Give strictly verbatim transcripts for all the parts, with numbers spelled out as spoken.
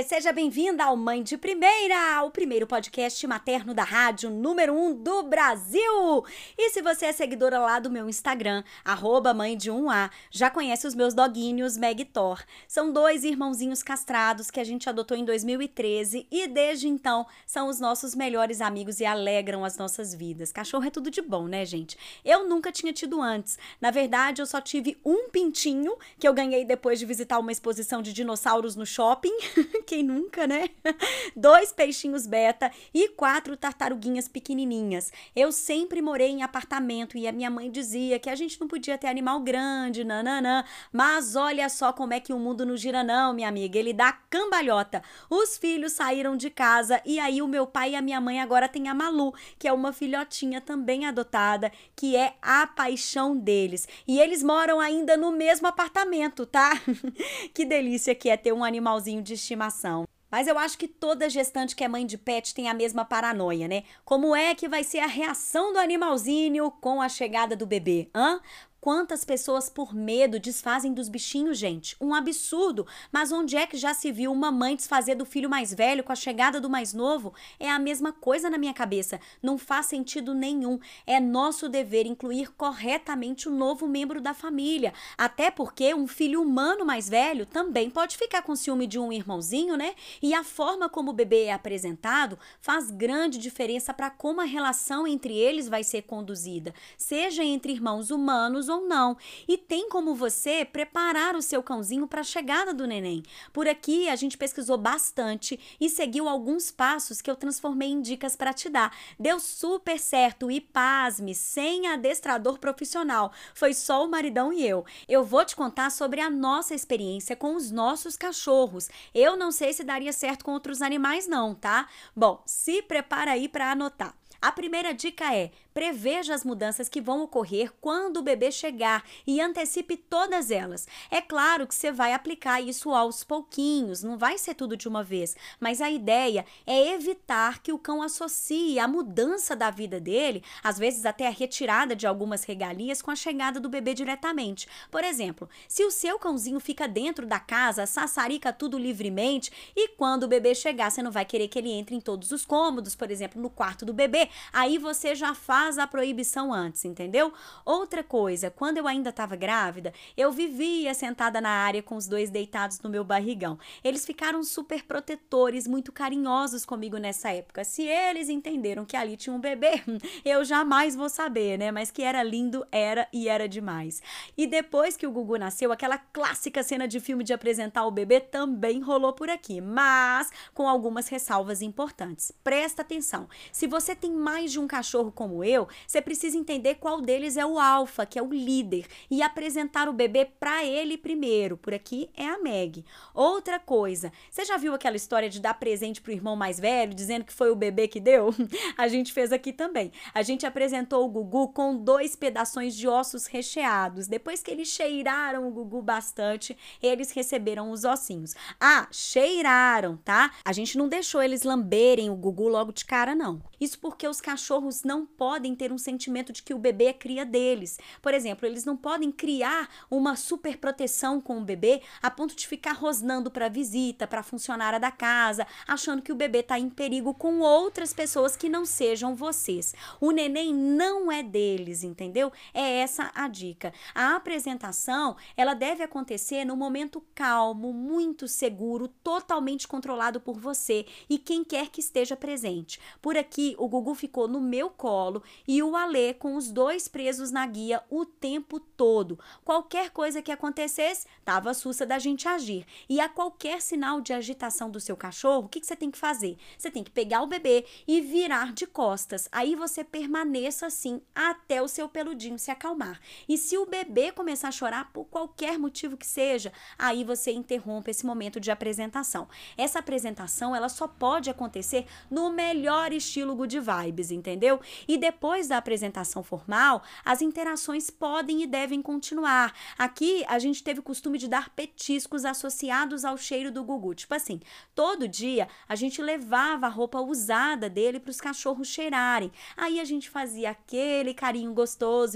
Seja bem-vinda ao Mãe de Primeira, o primeiro podcast materno da rádio número um do Brasil. E se você é seguidora lá do meu Instagram, arroba mãe de um A, já conhece os meus doguinhos Meg e Thor. São dois irmãozinhos castrados que a gente adotou em dois mil e treze e desde então são os nossos melhores amigos e alegram as nossas vidas. Cachorro é tudo de bom, né, gente? Eu nunca tinha tido antes. Na verdade, eu só tive um pintinho que eu ganhei depois de visitar uma exposição de dinossauros no shopping. Quem nunca, né? Dois peixinhos beta e quatro tartaruguinhas pequenininhas. Eu sempre morei em apartamento e a minha mãe dizia que a gente não podia ter animal grande, nananã. Mas olha só como é que o mundo não gira não, minha amiga. Ele dá cambalhota. Os filhos saíram de casa e aí o meu pai e a minha mãe agora têm a Malu, que é uma filhotinha também adotada, que é a paixão deles. E eles moram ainda no mesmo apartamento, tá? Que delícia que é ter um animalzinho de estimação. Mas eu acho que toda gestante que é mãe de pet tem a mesma paranoia, né? Como é que vai ser a reação do animalzinho com a chegada do bebê? Hã? Quantas pessoas por medo desfazem dos bichinhos, gente? Um absurdo. Mas onde é que já se viu uma mãe desfazer do filho mais velho com a chegada do mais novo? É a mesma coisa na minha cabeça. Não faz sentido nenhum. É nosso dever incluir corretamente o novo membro da família. Até porque um filho humano mais velho também pode ficar com ciúme de um irmãozinho, né? E a forma como o bebê é apresentado faz grande diferença para como a relação entre eles vai ser conduzida. Seja entre irmãos humanos ou não. E tem como você preparar o seu cãozinho para a chegada do neném. Por aqui a gente pesquisou bastante e seguiu alguns passos que eu transformei em dicas para te dar. Deu super certo e pasme, sem adestrador profissional. Foi só o maridão e eu. Eu vou te contar sobre a nossa experiência com os nossos cachorros. Eu não sei se daria certo com outros animais não, tá? Bom, se prepara aí para anotar. A primeira dica é: preveja as mudanças que vão ocorrer quando o bebê chegar e antecipe todas elas. É claro que você vai aplicar isso aos pouquinhos, não vai ser tudo de uma vez, mas a ideia é evitar que o cão associe a mudança da vida dele, às vezes até a retirada de algumas regalias, com a chegada do bebê diretamente. Por exemplo, se o seu cãozinho fica dentro da casa, sassarica tudo livremente e quando o bebê chegar, você não vai querer que ele entre em todos os cômodos, por exemplo, no quarto do bebê, aí você já faz a proibição antes, entendeu? Outra coisa, quando eu ainda estava grávida, eu vivia sentada na área com os dois deitados no meu barrigão. Eles ficaram super protetores, muito carinhosos comigo nessa época. Se eles entenderam que ali tinha um bebê, eu jamais vou saber, né? Mas que era lindo, era e era demais. E depois que o Gugu nasceu, aquela clássica cena de filme de apresentar o bebê também rolou por aqui, mas com algumas ressalvas importantes. Presta atenção. Se você tem mais de um cachorro como eu, você precisa entender qual deles é o alfa, que é o líder, e apresentar o bebê para ele primeiro. Por aqui é a Meg. Outra coisa, você já viu aquela história de dar presente pro irmão mais velho, dizendo que foi o bebê que deu? A gente fez aqui também. A gente apresentou o Gugu com dois pedaços de ossos recheados. Depois que eles cheiraram o Gugu bastante, eles receberam os ossinhos. Ah, cheiraram, tá? A gente não deixou eles lamberem o Gugu logo de cara, não. Isso porque os cachorros não podem ter um sentimento de que o bebê é cria deles. Por exemplo, eles não podem criar uma super proteção com o bebê a ponto de ficar rosnando para visita, para funcionária da casa, achando que o bebê está em perigo com outras pessoas que não sejam vocês. O neném não é deles, entendeu? É essa a dica. A apresentação, ela deve acontecer no momento calmo, muito seguro, totalmente controlado por você e quem quer que esteja presente. Por aqui, o Gugu ficou no meu colo e o Alê com os dois presos na guia o tempo todo. Qualquer coisa que acontecesse, tava sussa da gente agir. E a qualquer sinal de agitação do seu cachorro, o que, que você tem que fazer? Você tem que pegar o bebê e virar de costas. Aí você permaneça assim até o seu peludinho se acalmar. E se o bebê começar a chorar por qualquer motivo que seja, aí você interrompe esse momento de apresentação. Essa apresentação, ela só pode acontecer no melhor estilo Good Vibes, entendeu? E depois da apresentação formal, as interações podem e devem continuar. Aqui, a gente teve o costume de dar petiscos associados ao cheiro do Gugu. Tipo assim, todo dia a gente levava a roupa usada dele para os cachorros cheirarem. Aí a gente fazia aquele carinho gostoso e ó,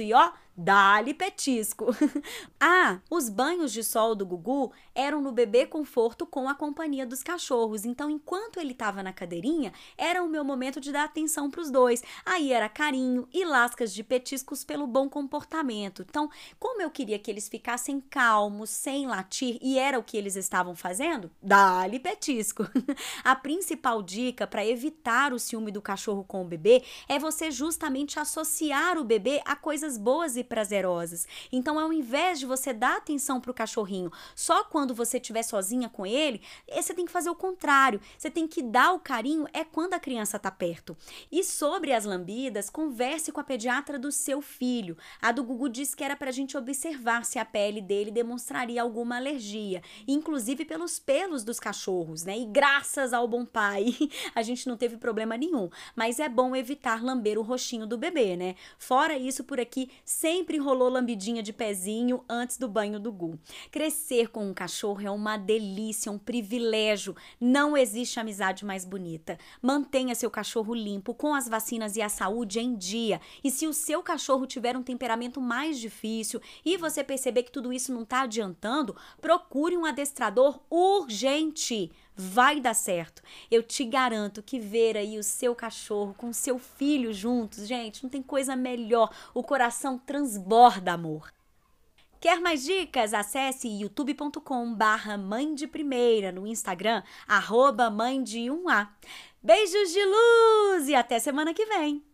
dá-lhe petisco. Ah, os banhos de sol do Gugu eram no bebê conforto com a companhia dos cachorros. Então, enquanto ele estava na cadeirinha, era o meu momento de dar atenção para os dois. Aí era carinho e lascas de petiscos pelo bom comportamento. Então, como eu queria que eles ficassem calmos, sem latir, e era o que eles estavam fazendo, dá-lhe petisco. A principal dica para evitar o ciúme do cachorro com o bebê é você justamente associar o bebê a coisas boas e prazerosas. Então, ao invés de você dar atenção para o cachorrinho só quando você estiver sozinha com ele, você tem que fazer o contrário. Você tem que dar o carinho é quando a criança está perto. E sobre as lambidas, converse com a pediatra do seu filho. A do Gugu disse que era para a gente observar se a pele dele demonstraria alguma alergia, inclusive pelos pelos dos cachorros, né? E graças ao bom pai, a gente não teve problema nenhum. Mas é bom evitar lamber o roxinho do bebê, né? Fora isso, por aqui sempre rolou lambidinha de pezinho antes do banho do Gu. Crescer com um cachorro é uma delícia, um privilégio. Não existe amizade mais bonita. Mantenha seu cachorro limpo, com as vacinas e a saúde em dia. E se o seu cachorro tiver um temperamento mais difícil e você perceber que tudo isso não está adiantando, procure um adestrador urgente. Vai dar certo. Eu te garanto que ver aí o seu cachorro com o seu filho juntos, gente, não tem coisa melhor. O coração transborda amor. Quer mais dicas? Acesse youtube ponto com barra mãe de primeira, no Instagram, arroba mãe de um A. Beijos de luz e até semana que vem!